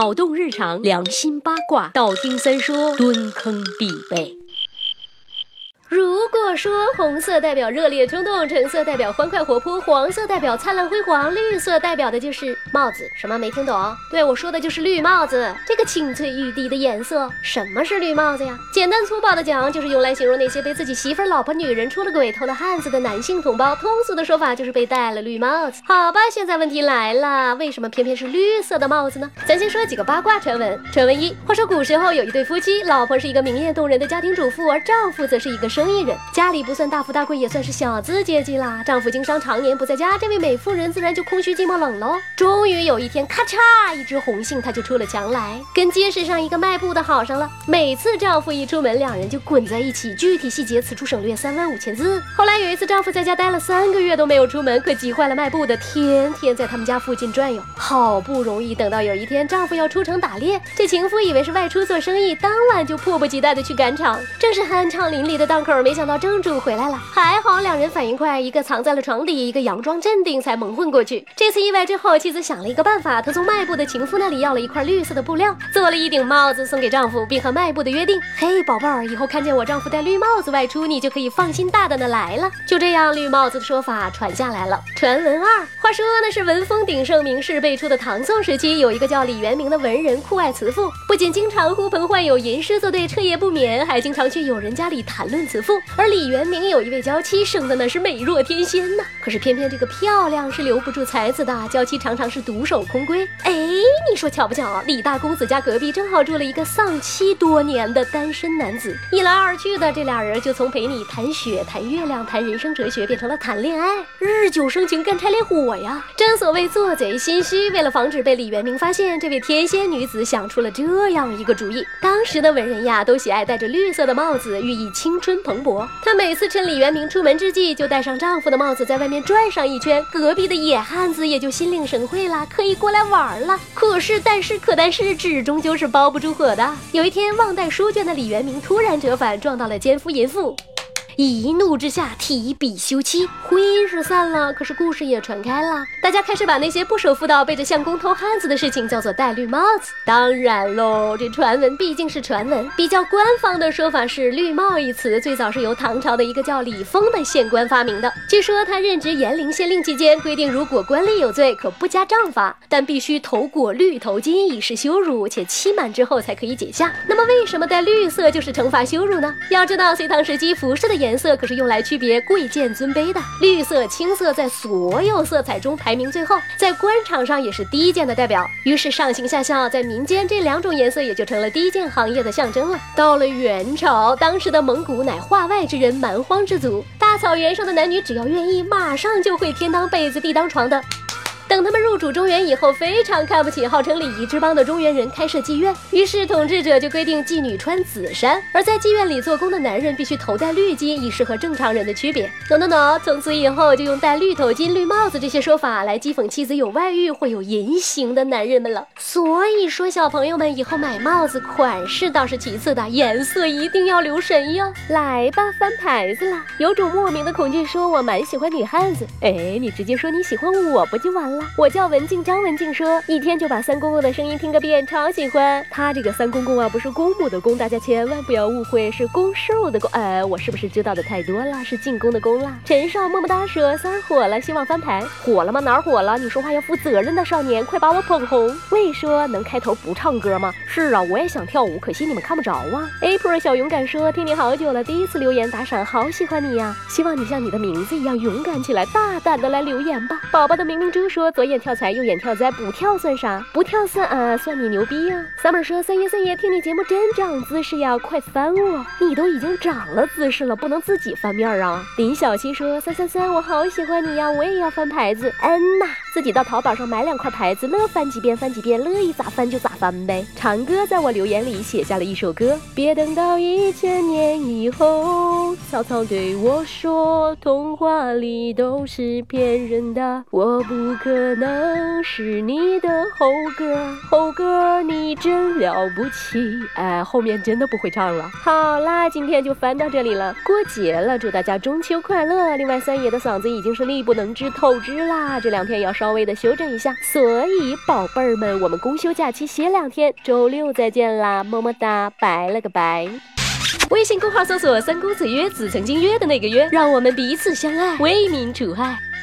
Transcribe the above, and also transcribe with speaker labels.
Speaker 1: 脑洞日常，良心八卦，道听三说，蹲坑必备。如果说红色代表热烈冲动，橙色代表欢快活泼，黄色代表灿烂辉煌，绿色代表的就是帽子。什么没听懂？对，我说的就是绿帽子，这个青翠欲滴的颜色。什么是绿帽子呀？简单粗暴的讲，就是用来形容那些被自己媳妇儿、老婆、女人出了轨偷了汉子的男性同胞。通俗的说法就是被戴了绿帽子。好吧，现在问题来了，为什么偏偏是绿色的帽子呢？咱先说几个八卦传闻。传闻一，话说古时候有一对夫妻，老婆是一个明艳动人的家庭主妇，而丈夫则是一个生意人，家里不算大富大贵，也算是小资阶级啦。丈夫经商常年不在家，这位美妇人自然就空虚寂寞冷喽。终于有一天，咔嚓一支红杏，她就出了墙来，跟街市上一个卖布的好上了。每次丈夫一出门，两人就滚在一起，具体细节此处省略35000字。后来有一次，丈夫在家待了3个月都没有出门，可急坏了卖布的，天天在他们家附近转悠。好不容易等到有一天，丈夫要出城打猎，这情妇以为是外出做生意，当晚就迫不及待的去赶场。正是酣畅淋漓的档口，没想到正主回来了，还好两人反应快，一个藏在了床底，一个佯装镇定才蒙混过去。这次意外之后，妻子想了一个办法，她从卖布的情妇那里要了一块绿色的布料，做了一顶帽子送给丈夫，并和卖布的约定：嘿，宝贝儿，以后看见我丈夫戴绿帽子外出，你就可以放心大胆的来了。就这样，绿帽子的说法传下来了。传闻二，话说那是文风鼎盛、名士辈出的唐宋时期，有一个叫李元明的文人，酷爱辞赋，不仅经常呼朋唤友吟诗作对，彻夜不眠，还经常去友人家里谈论辞赋。而李元明有一位娇妻，生的那是美若天仙呐。可是偏偏这个漂亮是留不住才子的，娇妻常常是独守空闺。哎，你说巧不巧，李大公子家隔壁正好住了一个丧妻多年的单身男子，一来二去的，这俩人就从陪你谈雪、谈月亮、谈人生哲学，变成了谈恋爱，日久生情，干柴烈火呀。正所谓做贼心虚，为了防止被李元明发现，这位天仙女子想出了这样一个主意。当时的文人呀，都喜爱戴着绿色的帽子，寓意青春蓬勃。她每次趁李元明出门之际，就戴上丈夫的帽子，在外面转上一圈，隔壁的野汉子也就心领神会啦，可以过来玩了。可是但是纸终究是包不住火的。有一天，忘带书卷的李元明突然折返，撞到了奸夫淫妇，一怒之下提笔休妻，婚姻是散了，可是故事也传开了，大家开始把那些不守妇道、背着相公偷汉子的事情叫做戴绿帽子。当然喽，这传闻毕竟是传闻，比较官方的说法是绿帽一词最早是由唐朝的一个叫李丰的县官发明的。据说他任职延陵县令期间，规定如果官吏有罪可不加杖罚，但必须头裹绿头巾以示羞辱，且期满之后才可以解下。那么为什么戴绿色就是惩罚羞辱呢？要知道隋唐时期服饰的颜色可是用来区别贵贱尊卑的，绿色、青色在所有色彩中排名最后，在官场上也是低贱的代表。于是上行下效，在民间这两种颜色也就成了低贱行业的象征了。到了元朝，当时的蒙古乃化外之人，蛮荒之族，大草原上的男女只要愿意，马上就会天当被子地当床的。等他们入主中原以后，非常看不起号称礼仪之邦的中原人，开设妓院。于是统治者就规定妓女穿紫衫，而在妓院里做工的男人必须头戴绿巾，以示和正常人的区别。从此以后就用戴绿头巾、绿帽子这些说法来讥讽妻子有外遇或有淫行的男人们了。所以说，小朋友们以后买帽子，款式倒是其次的，颜色一定要留神哟。来吧，翻牌子了。有种莫名的恐惧说我蛮喜欢女汉子，哎，你直接说你喜欢我不就完了？我叫文静，张文静说，一天就把三公公的声音听个遍，超喜欢。他这个三公公啊，不是公母的公，大家千万不要误会，是公兽的公。我是不是知道的太多了？是进宫的宫啦。陈少么么哒说，三儿火了，希望翻牌。火了吗？哪儿火了？你说话要负责任的少年，快把我捧红。魏说，能开头不唱歌吗？是啊，我也想跳舞，可惜你们看不着啊。April 小勇敢说，听你好久了，第一次留言打赏，好喜欢你呀，希望你像你的名字一样勇敢起来，大胆的来留言吧。宝宝的明明猪说，左眼跳财，右眼跳灾，不跳算啥？不跳算你牛逼呀。Summer 说，三爷，听你节目真长姿势呀，快翻我！你都已经长了姿势了，不能自己翻面啊。林小七说，333，我好喜欢你呀，我也要翻牌子。呐，自己到淘宝上买2块牌子，乐翻几遍，乐意咋翻就咋翻呗。长歌在我留言里写下了一首歌，别等到1000年以后，曹操对我说，童话里都是骗人的，我不可能是你的猴哥，你你真了不起。哎，后面真的不会唱了。好啦，今天就翻到这里了。过节了，祝大家中秋快乐。另外，三爷的嗓子已经是力不能支透支啦，这2天要稍微的休整一下。所以，宝贝儿们，我们公休假期歇2天，周6再见啦，么么哒，拜了个拜。微信公号搜索“三公子约”，子曾经约的那个约，让我们彼此相爱，为民除害。